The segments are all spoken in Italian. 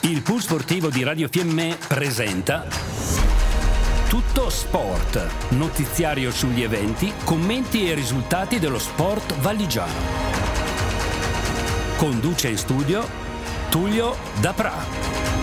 Il pool sportivo di Radio Fiemme presenta Tutto Sport, notiziario sugli eventi, commenti e risultati dello sport valigiano. Conduce in studio Tullio Dapra.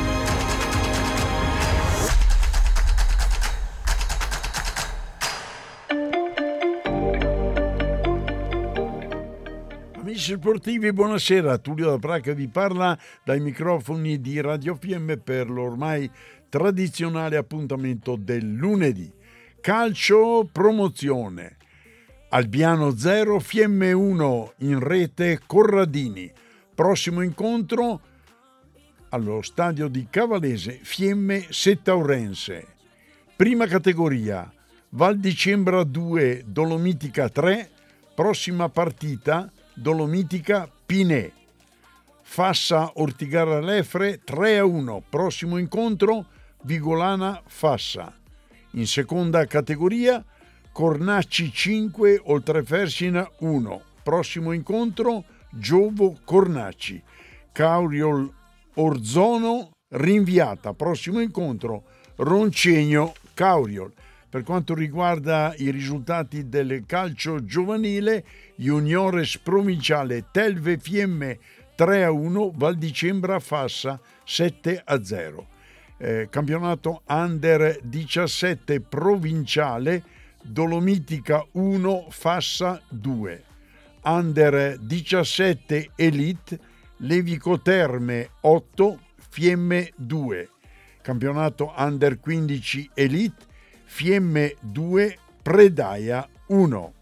Amici sportivi, buonasera. Tullio Dapra che vi parla dai microfoni di Radio Fiemme per l'ormai tradizionale appuntamento del lunedì. Calcio promozione. Albiano 0, Fiemme 1 in rete Corradini. Prossimo incontro allo stadio di Cavalese, Fiemme Settaurense. Prima categoria, Val di Cembra 2, Dolomitica 3. Prossima partita, Dolomitica Pinè. Fassa Ortigara Lefre 3-1. Prossimo incontro Vigolana Fassa. In seconda categoria Cornacci 5 Oltrefersina 1. Prossimo incontro Giovo Cornacci. Cauriol Orzono rinviata. Prossimo incontro Roncegno Cauriol. Per quanto riguarda i risultati del calcio giovanile, Juniores Provinciale Telve Fiemme 3-1, Val di Cembra Fassa 7-0. Campionato Under 17 Provinciale, Dolomitica 1, Fassa 2. Under 17 Elite, Levico Terme 8, Fiemme 2. Campionato Under 15 Elite, Fiemme 2, Predaia 1.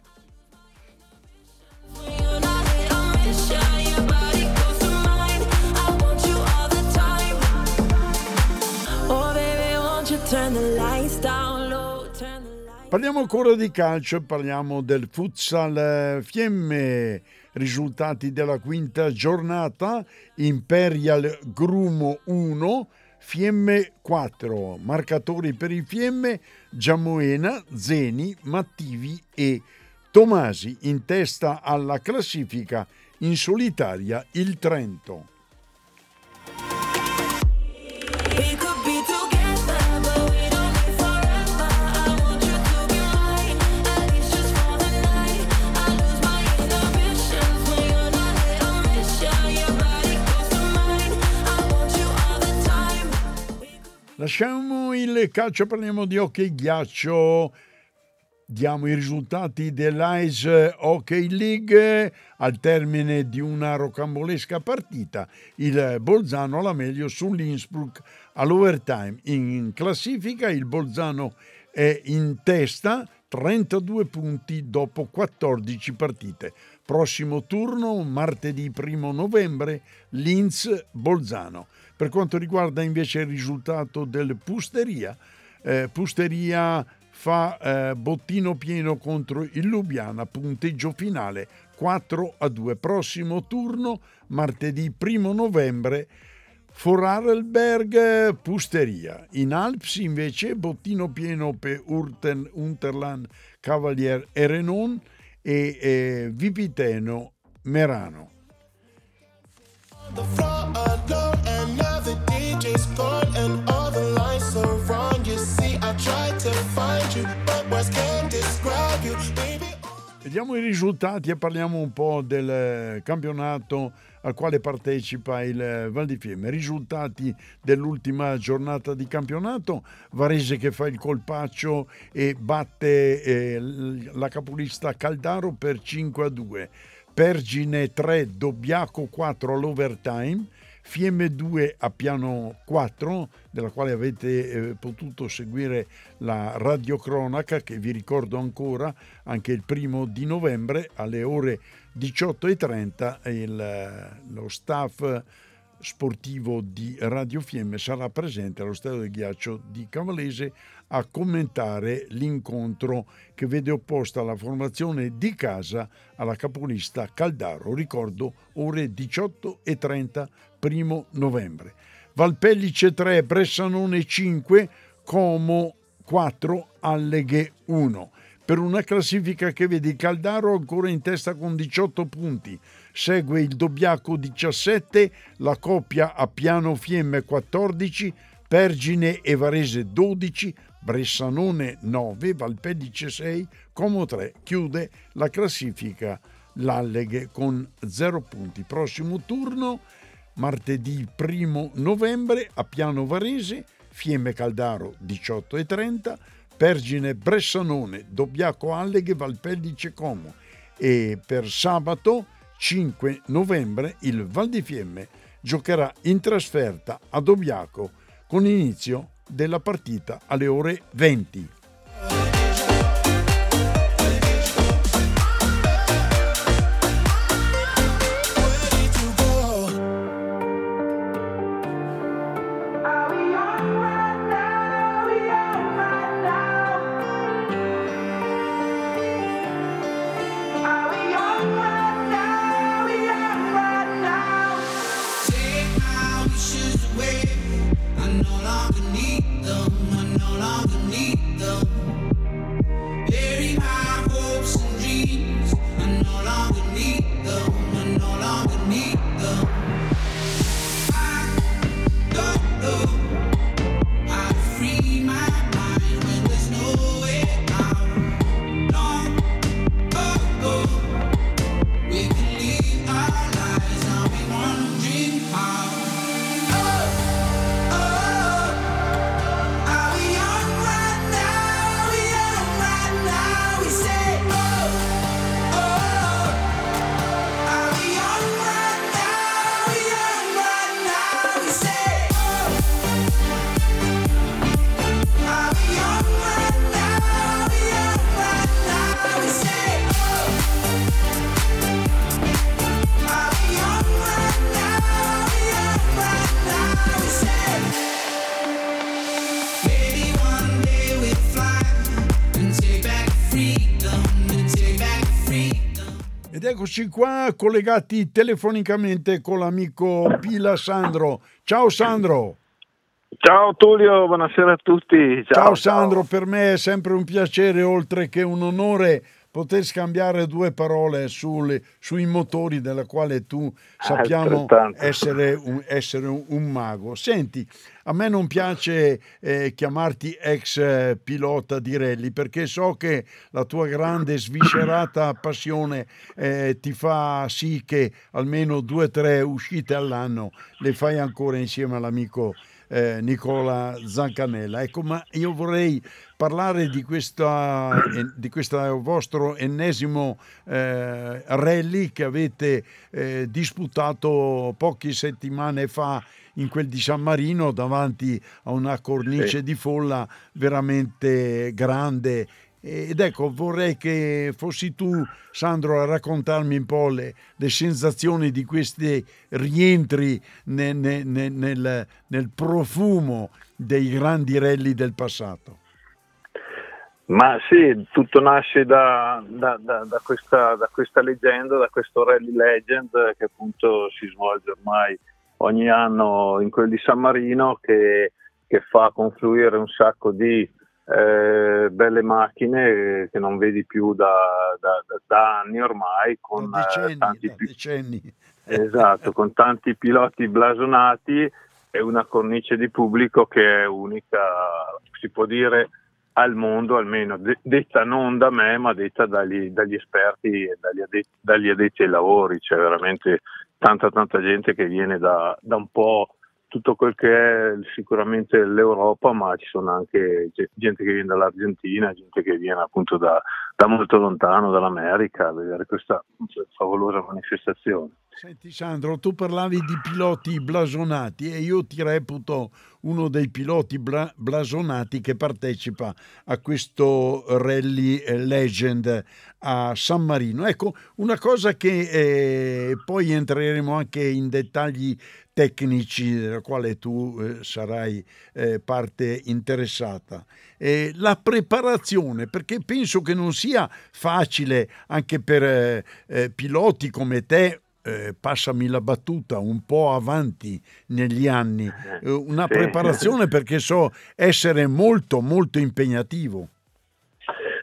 Parliamo ancora di calcio e parliamo del futsal Fiemme. Risultati della quinta giornata: Imperial Grumo 1, Fiemme 4. Marcatori per il Fiemme: Giamoena, Zeni, Mattivi e Tomasi. In testa alla classifica in solitaria il Trento. Lasciamo il calcio, parliamo di hockey ghiaccio. Diamo i risultati dell'Ice Hockey League al termine di una rocambolesca partita. Il Bolzano ha la meglio sull'Innsbruck all'overtime. In classifica il Bolzano è in testa, 32 punti dopo 14 partite. Prossimo turno, martedì 1 novembre, Linz-Bolzano. Per quanto riguarda invece il risultato del Pusteria, Pusteria fa bottino pieno contro il Lubiana, punteggio finale 4-2. Prossimo turno, martedì 1 novembre, Vorarlberg Pusteria. In Alps invece bottino pieno per Unterland Cavalier Erenon e Vipiteno Merano. Vediamo i risultati e parliamo un po' del campionato al quale partecipa il Val di Fiemme. Risultati dell'ultima giornata di campionato: Varese che fa il colpaccio e batte la capolista Caldaro per 5-2. Pergine 3, Dobbiaco 4 all'overtime. Fiemme 2 a Piano 4, della quale avete potuto seguire la radiocronaca, che vi ricordo ancora, anche il 1 di novembre alle ore 18:30 lo staff sportivo di Radio Fiemme sarà presente allo Stadio del Ghiaccio di Cavalese a commentare l'incontro che vede opposta la formazione di casa alla capolista Caldaro. Ricordo, ore 18:30, 1 novembre. Valpellice 3, Bressanone 5, Como 4, Alleghe 1. per una classifica che vede Caldaro ancora in testa con 18 punti. Segue il Dobbiaco 17, la coppia Appiano Fiemme 14, Pergine e Varese 12, Bressanone 9, Valpellice 6, Como 3. Chiude la classifica l'Alleghe con 0 punti. Prossimo turno martedì 1 novembre, Appiano Varese, Fiemme Caldaro 18:30, Pergine Bressanone, Dobbiaco Alleghe, Valpellice Como. E per sabato 5 novembre il Val di Fiemme giocherà in trasferta a Dobbiaco con inizio della partita alle ore 20. Ed eccoci qua collegati telefonicamente con l'amico Pila Sandro. Ciao Sandro. Ciao Tullio, buonasera a tutti. Ciao Sandro, per me è sempre un piacere, oltre che un onore, poter scambiare due parole sui motori, della quale tu sappiamo essere un mago. Senti, a me non piace chiamarti ex pilota di rally, perché so che la tua grande sviscerata passione ti fa sì che almeno 2 o 3 uscite all'anno le fai ancora insieme all'amico Nicola Zancanella. Ecco, ma io vorrei parlare di questo vostro ennesimo rally che avete disputato poche settimane fa in quel di San Marino, davanti a una cornice di folla veramente grande. Ed ecco, vorrei che fossi tu, Sandro, a raccontarmi un po' le sensazioni di questi rientri nel profumo dei grandi rally del passato. Ma sì, tutto nasce da questa leggenda, da questo Rally Legend che appunto si svolge ormai ogni anno in quel di San Marino, che fa confluire un sacco di belle macchine che non vedi più da anni ormai, con decenni. Esatto, con tanti piloti blasonati e una cornice di pubblico che è unica, si può dire, al mondo, almeno detta non da me, ma detta dagli esperti e dagli addetti ai lavori. C'è veramente tanta gente che viene da un po' tutto quel che è sicuramente l'Europa, ma ci sono anche gente che viene dall'Argentina, gente che viene appunto da molto lontano, dall'America, a vedere questa favolosa manifestazione. Senti Sandro, tu parlavi di piloti blasonati e io ti reputo uno dei piloti blasonati che partecipa a questo Rally Legend a San Marino. Ecco, una cosa che poi entreremo anche in dettagli tecnici, della quale tu sarai parte interessata. La preparazione, perché penso che non sia facile anche per piloti come te, passami la battuta, un po' avanti negli anni, una preparazione, perché so essere molto molto impegnativo.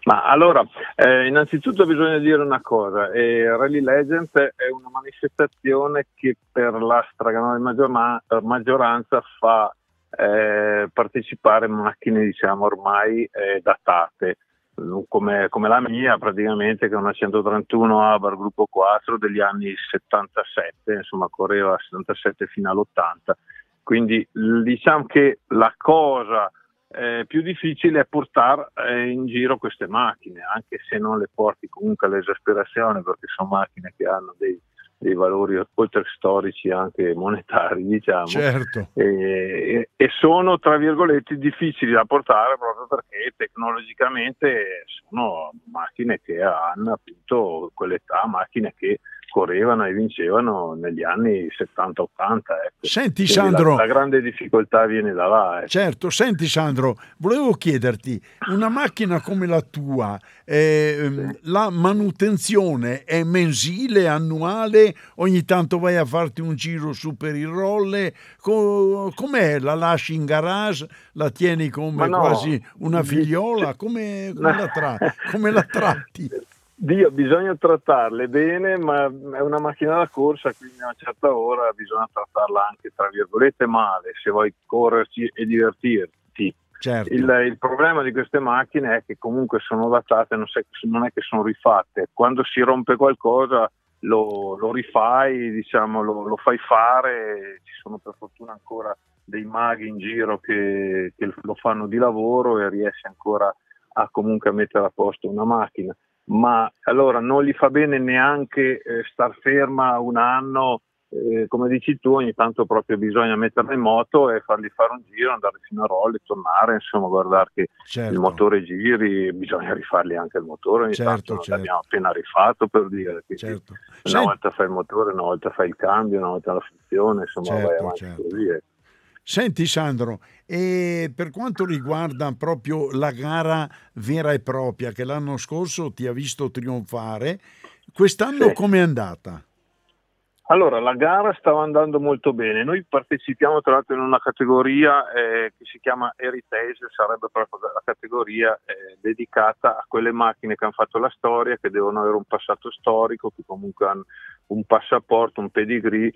Ma allora, innanzitutto bisogna dire una cosa, Rally Legends è una manifestazione che per la stragrande maggioranza fa partecipare macchine, diciamo, ormai datate, come la mia praticamente, che è una 131 Abar gruppo 4 degli anni 77, insomma correva 77 fino all'80, quindi diciamo che la cosa più difficile è portare in giro queste macchine, anche se non le porti comunque all'esasperazione, perché sono macchine che hanno dei valori oltre storici, anche monetari, diciamo, certo. E sono, tra virgolette, difficili da portare proprio perché tecnologicamente sono macchine che hanno appunto quell'età, macchine che correvano e vincevano negli anni 70-80. Ecco. Senti Sandro, la grande difficoltà viene da là. Certo, senti Sandro, volevo chiederti, una macchina come la tua, la manutenzione è mensile, annuale, ogni tanto vai a farti un giro su per il rolle, com'è? La lasci in garage, la tieni come quasi una figliola, come la tratti? Dio, bisogna trattarle bene, ma è una macchina da corsa, quindi a una certa ora bisogna trattarla anche, tra virgolette, male, se vuoi correrci e divertirti. Certo. Il problema di queste macchine è che comunque sono datate, non è che sono rifatte. Quando si rompe qualcosa lo rifai, diciamo, lo fai fare. Ci sono per fortuna ancora dei maghi in giro che lo fanno di lavoro e riesci ancora a comunque mettere a posto una macchina. Ma allora non gli fa bene neanche star ferma un anno, come dici tu, ogni tanto proprio bisogna metterla in moto e fargli fare un giro, andare fino a Rolle, tornare, insomma, guardare che il motore giri, bisogna rifargli anche il motore, ogni tanto l'abbiamo appena rifatto, per dire, una volta fai il motore, una volta fai il cambio, una volta la frizione, insomma vai avanti così. Senti Sandro, e per quanto riguarda proprio la gara vera e propria che l'anno scorso ti ha visto trionfare, quest'anno com'è andata? Allora, la gara stava andando molto bene. Noi partecipiamo tra l'altro in una categoria che si chiama Heritage, sarebbe proprio la categoria dedicata a quelle macchine che hanno fatto la storia, che devono avere un passato storico, che comunque hanno un passaporto, un pedigree,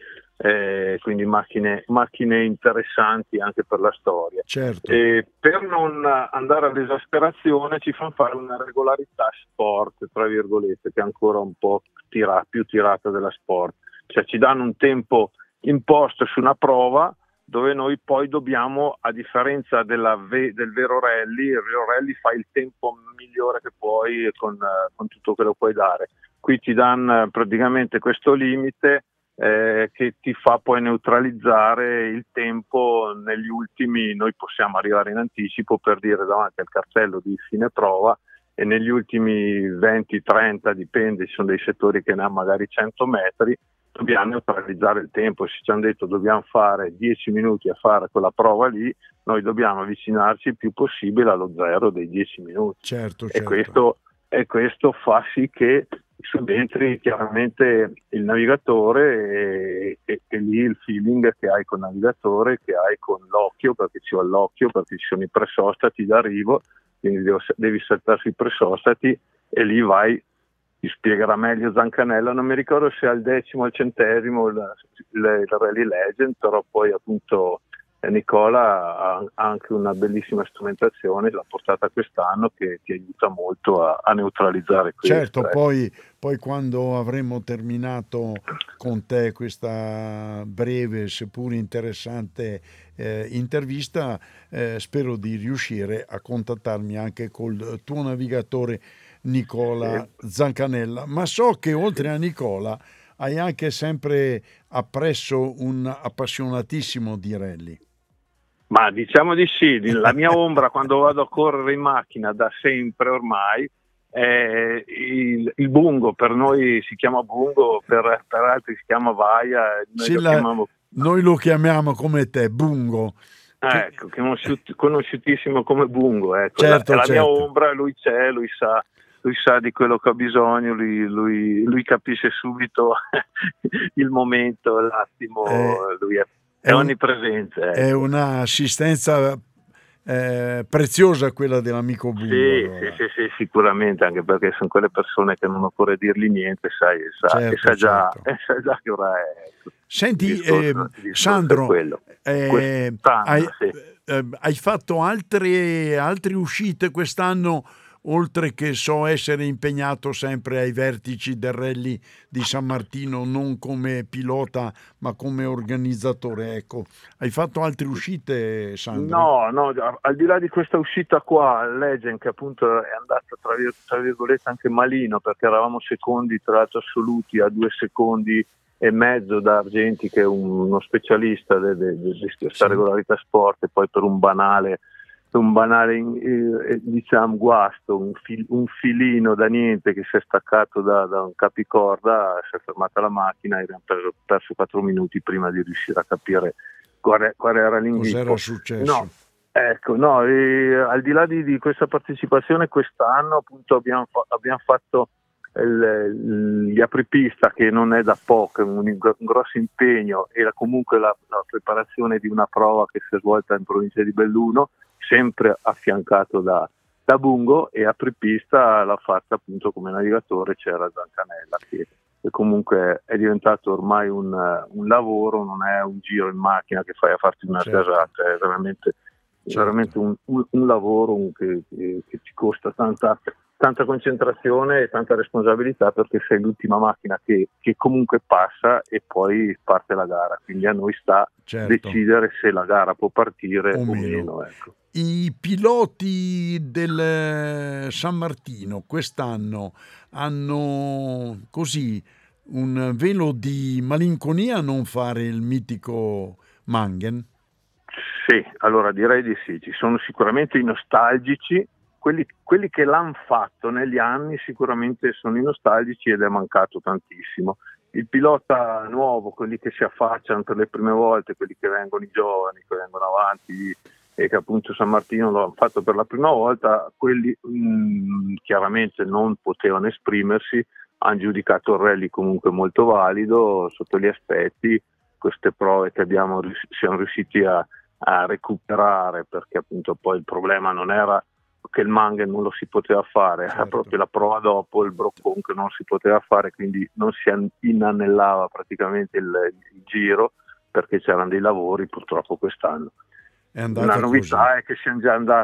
quindi macchine interessanti anche per la storia. Certo. E per non andare all'esasperazione ci fanno fare una regolarità sport, tra virgolette, che è ancora un po' più tirata della sport. Cioè ci danno un tempo imposto su una prova dove noi poi dobbiamo, a differenza del vero rally, il vero rally fa il tempo migliore che puoi con tutto quello che puoi dare. Qui ti danno praticamente questo limite che ti fa poi neutralizzare il tempo negli ultimi. Noi possiamo arrivare in anticipo, per dire, davanti al cartello di fine prova, e negli ultimi 20-30, dipende, ci sono dei settori che ne hanno magari 100 metri, dobbiamo neutralizzare il tempo. Se ci hanno detto dobbiamo fare 10 minuti a fare quella prova lì, noi dobbiamo avvicinarci il più possibile allo zero dei 10 minuti. Certo. E questo fa sì che subentri chiaramente il navigatore e lì il feeling che hai col navigatore, che hai con l'occhio, perché ci va l'occhio, perché ci sono i pressostati d'arrivo, quindi devi saltarsi i pressostati e lì vai. Ti spiegherà meglio Zancanella, non mi ricordo se al 10° o al 100° il Rally Legend, però poi appunto Nicola ha anche una bellissima strumentazione, l'ha portata quest'anno, che ti aiuta molto a neutralizzare questo. Certo, poi quando avremo terminato con te questa breve seppur interessante intervista, spero di riuscire a contattarmi anche col tuo navigatore Nicola Zancanella, ma so che oltre a Nicola hai anche sempre appresso un appassionatissimo di rally. Ma diciamo di sì, la mia ombra quando vado a correre in macchina da sempre ormai è il bungo. Per noi si chiama bungo, per altri si chiama vaia, noi lo chiamiamo come te, bungo. Ecco, conosciutissimo come bungo, ecco. Certo, la mia ombra, lui c'è, lui sa di quello che ho bisogno, lui capisce subito il momento, l'attimo, lui è onnipresente. Ecco. È un'assistenza preziosa quella dell'amico Bungo. Sì, allora. sì, sicuramente, anche perché sono quelle persone che non occorre dirgli niente, sa già che ora è. Senti, Sandro, hai fatto altre uscite quest'anno, oltre che essere impegnato sempre ai vertici del Rally di San Martino, non come pilota ma come organizzatore, ecco. Hai fatto altre uscite, Sandro? No, al di là di questa uscita qua, Legend, che appunto è andata tra virgolette anche malino, perché eravamo secondi tra l'altro assoluti a 2 secondi e mezzo da Argenti, che è uno specialista di questa regolarità sport, e poi per un banale diciamo guasto, un filino da niente che si è staccato da un capicorda, si è fermata la macchina e abbiamo perso 4 minuti prima di riuscire a capire qual era l'inghippo. Cos'era successo? Al di là di questa partecipazione, quest'anno appunto abbiamo fatto gli apripista, che non è da poco, un grosso impegno, era comunque la preparazione di una prova che si è svolta in provincia di Belluno, sempre affiancato da Bungo, e apripista l'ha fatta appunto come navigatore c'era Zancanella, che comunque è diventato ormai un lavoro, non è un giro in macchina che fai a farti una gasata, è veramente un lavoro che ci costa tanta concentrazione e tanta responsabilità, perché sei l'ultima macchina che comunque passa e poi parte la gara, quindi a noi sta decidere se la gara può partire o meno. Ecco. I piloti del San Martino quest'anno hanno così un velo di malinconia a non fare il mitico Mangen? Sì, allora direi di sì, ci sono sicuramente i nostalgici, quelli che l'hanno fatto negli anni sicuramente sono i nostalgici, ed è mancato tantissimo. Il pilota nuovo, quelli che si affacciano per le prime volte, quelli che vengono i giovani, che vengono avanti e che appunto San Martino lo hanno fatto per la prima volta, quelli chiaramente non potevano esprimersi, hanno giudicato il rally comunque molto valido sotto gli aspetti. Queste prove che siamo riusciti a recuperare, perché appunto poi il problema non era che il Mangen non lo si poteva fare, era proprio la prova dopo, il Broccon, che non si poteva fare, quindi non si inanellava praticamente il giro, perché c'erano dei lavori purtroppo quest'anno. Una novità è che siamo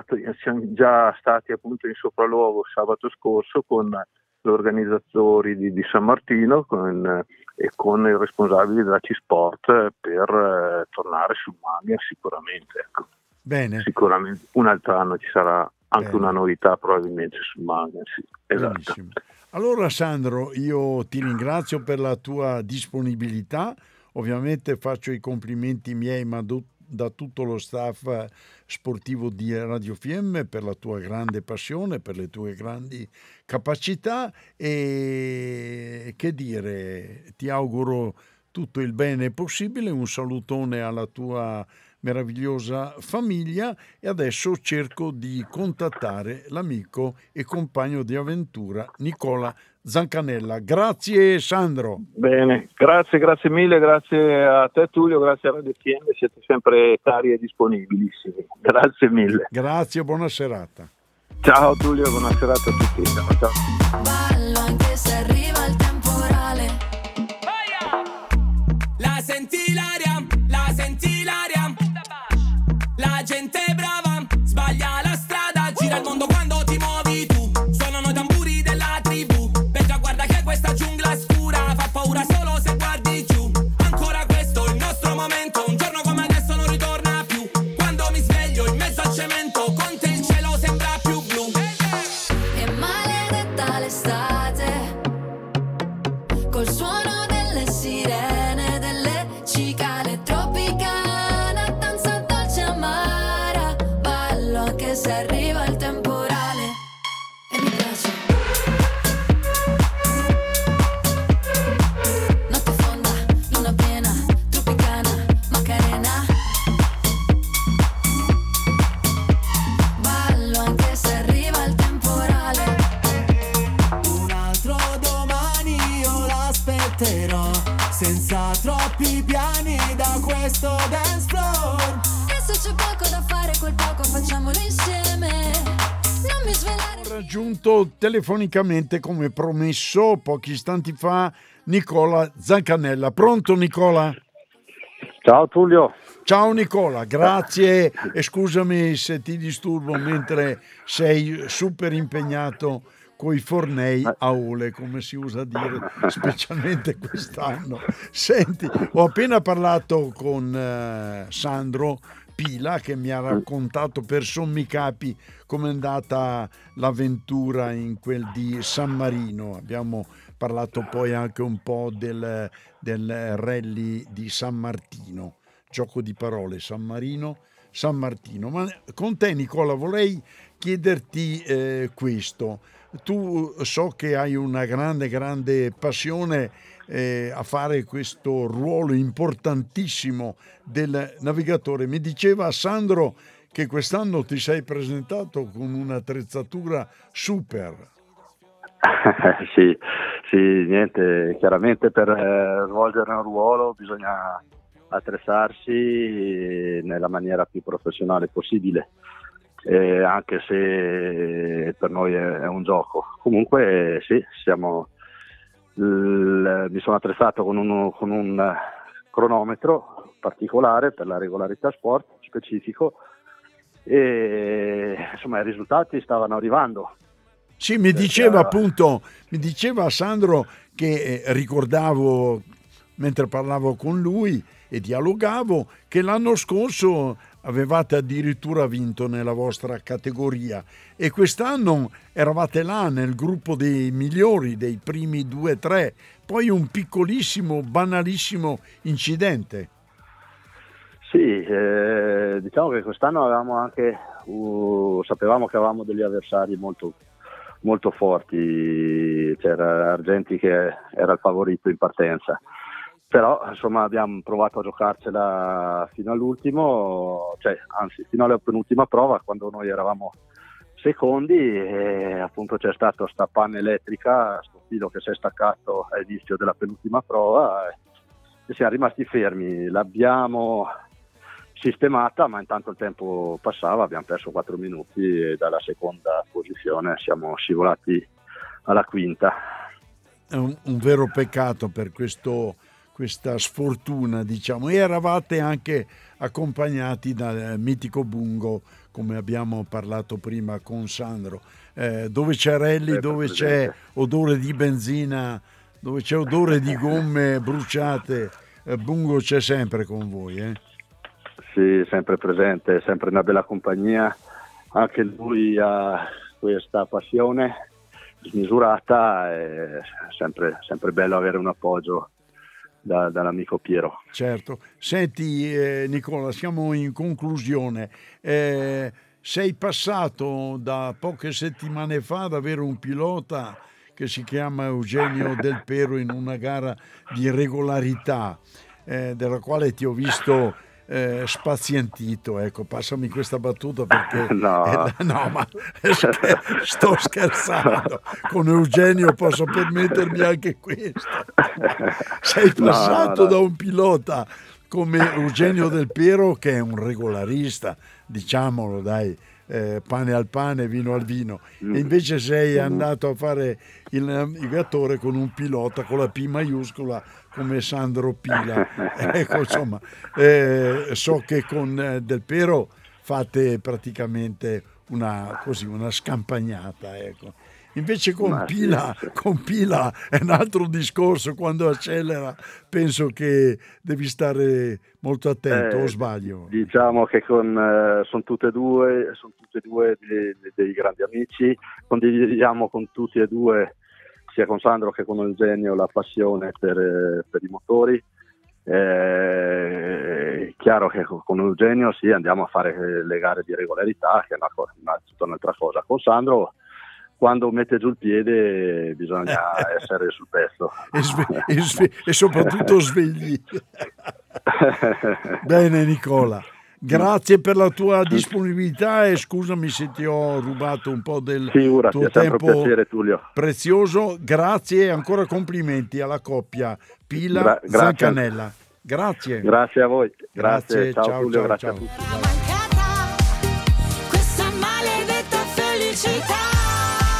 già stati appunto in sopralluogo sabato scorso con gli organizzatori di San Martino e con i responsabili della C-Sport per tornare sul Mangen sicuramente. Ecco. Bene. Sicuramente un altro anno ci sarà anche una novità probabilmente sul Mangen, sì. Esatto. Benissimo. Allora Sandro, io ti ringrazio per la tua disponibilità, ovviamente faccio i complimenti miei ma da tutto lo staff sportivo di Radio Fiemme per la tua grande passione, per le tue grandi capacità, e che dire, ti auguro tutto il bene possibile, un salutone alla tua meravigliosa famiglia, e adesso cerco di contattare l'amico e compagno di avventura Nicola Zancanella. Grazie Sandro. Bene, grazie mille, grazie a te Tullio, grazie a Radio Fiemme, siete sempre cari e disponibilissimi. Grazie mille. Grazie, buona serata. Ciao Tullio, buona serata a tutti. Ciao. Ballo anche se arriva il temporale. La senti l'aria, la gente è brava, sbaglia la strada, gira il mondo quando ti muovi tu. Suonano i tamburi della tribù, Petra guarda che questa giungla scura fa paura solo se guardi giù. Ancora questo è il nostro momento, un giorno come adesso non ritorna più. Quando mi sveglio in mezzo al cemento, con te il cielo sembra più blu. È maledetta l'estate, col suono delle sirene, delle cicale tropicana, danza dolce amara, ballo anche se arriva il temporale e mi piace. Notte fonda, luna piena, tropicana, Macarena, ballo anche se arriva il temporale. Un altro domani io l'aspetterò, senza troppi piani da questo dance floor. E se c'è poco da fare, quel poco facciamolo raggiunto telefonicamente, come promesso pochi istanti fa, Nicola Zancanella. Pronto Nicola? Ciao Tullio. Ciao Nicola, grazie e scusami se ti disturbo mentre sei super impegnato coi fornei a ole, come si usa dire, specialmente quest'anno. Senti, ho appena parlato con Sandro Pila, che mi ha raccontato per sommi capi com'è andata l'avventura in quel di San Marino. Abbiamo parlato poi anche un po' del rally di San Martino, gioco di parole, San Marino, San Martino. Ma con te Nicola vorrei chiederti questo. Tu so che hai una grande passione a fare questo ruolo importantissimo del navigatore. Mi diceva Sandro che quest'anno ti sei presentato con un'attrezzatura super. Sì, niente, chiaramente per svolgere un ruolo bisogna attrezzarsi nella maniera più professionale possibile. Anche se per noi è un gioco. Comunque sì, mi sono attrezzato con un cronometro particolare per la regolarità sport specifico e insomma i risultati stavano arrivando. Sì, mi diceva Sandro che ricordavo mentre parlavo con lui e dialogavo che l'anno scorso avevate addirittura vinto nella vostra categoria e quest'anno eravate là nel gruppo dei migliori, dei primi 2-3, poi un piccolissimo, banalissimo incidente. Sì, diciamo che quest'anno avevamo anche sapevamo che avevamo degli avversari molto, molto forti. C'era Argenti che era il favorito in partenza. Però insomma abbiamo provato a giocarcela fino all'ultimo, fino alla penultima prova, quando noi eravamo secondi e appunto c'è stata sta panna elettrica, sto filo che si è staccato all'inizio della penultima prova e siamo rimasti fermi. L'abbiamo sistemata, ma intanto il tempo passava, abbiamo perso 4 minuti e dalla seconda posizione siamo scivolati alla quinta. È un vero peccato per questa sfortuna, diciamo, e eravate anche accompagnati dal mitico Bungo, come abbiamo parlato prima con Sandro, dove c'è rally, dove c'è odore di benzina, dove c'è odore di gomme bruciate, Bungo c'è sempre con voi, Sì, sempre presente, sempre una bella compagnia, anche lui ha questa passione smisurata, è sempre bello avere un appoggio dall'amico Piero. Certo. Senti Nicola, siamo in conclusione. Sei passato da poche settimane fa ad avere un pilota che si chiama Eugenio Del Pero in una gara di regolarità della quale ti ho visto spazientito, ecco, passami questa battuta perché no, ma sto scherzando, con Eugenio posso permettermi anche questo. Sei passato da un pilota come Eugenio Del Pero, che è un regolarista, diciamolo dai, pane al pane, vino al vino, e invece sei andato a fare il navigatore con un pilota con la P maiuscola come Sandro Pila. Ecco, insomma, so che con Del Pero fate praticamente una scampagnata, ecco. Invece con Pila è un altro discorso, quando accelera penso che devi stare molto attento, o sbaglio? Diciamo che sono tutti e due dei grandi amici, condividiamo con tutti e due, sia con Sandro che con Eugenio, la passione per i motori. È chiaro che con Eugenio sì, andiamo a fare le gare di regolarità, che è tutta un'altra cosa. Con Sandro, quando mette giù il piede bisogna essere sul pezzo e soprattutto svegli. Bene Nicola, grazie per la tua disponibilità e scusami se ti ho rubato un po' del tuo tempo piacere, Tullio. Prezioso. Grazie e ancora complimenti alla coppia Pila Zancanella. Grazie a voi, grazie. Ciao Tullio, grazie ciao. a tutti. Questa maledetta felicità.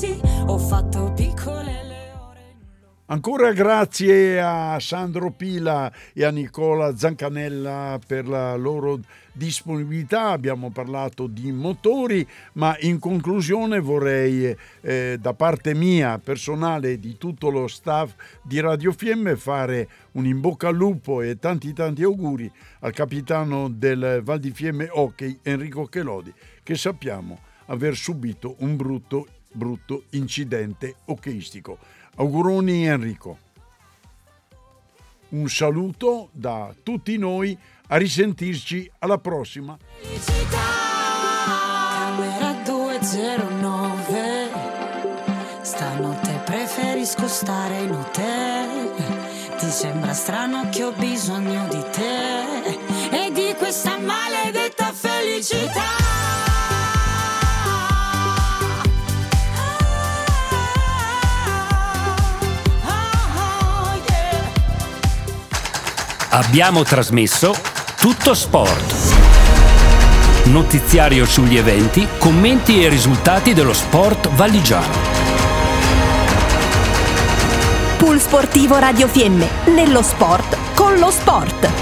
così, ho fatto piccole le ore. Ancora grazie a Sandro Pila e a Nicola Zancanella per la loro disponibilità. Abbiamo parlato di motori, ma in conclusione vorrei da parte mia personale e di tutto lo staff di Radio Fiemme fare un in bocca al lupo e tanti auguri al capitano del Val di Fiemme Hockey Enrico Chelodi, che sappiamo aver subito un brutto incidente hockeyistico. Auguroni Enrico. Un saluto da tutti noi, a risentirci alla prossima. Camera 209, stanotte preferisco stare in hotel. Ti sembra strano che ho bisogno di te e di questa maledetta felicità. Abbiamo trasmesso Tutto Sport. Notiziario sugli eventi, commenti e risultati dello sport valigiano. Pool sportivo Radio Fiemme, nello sport con lo sport.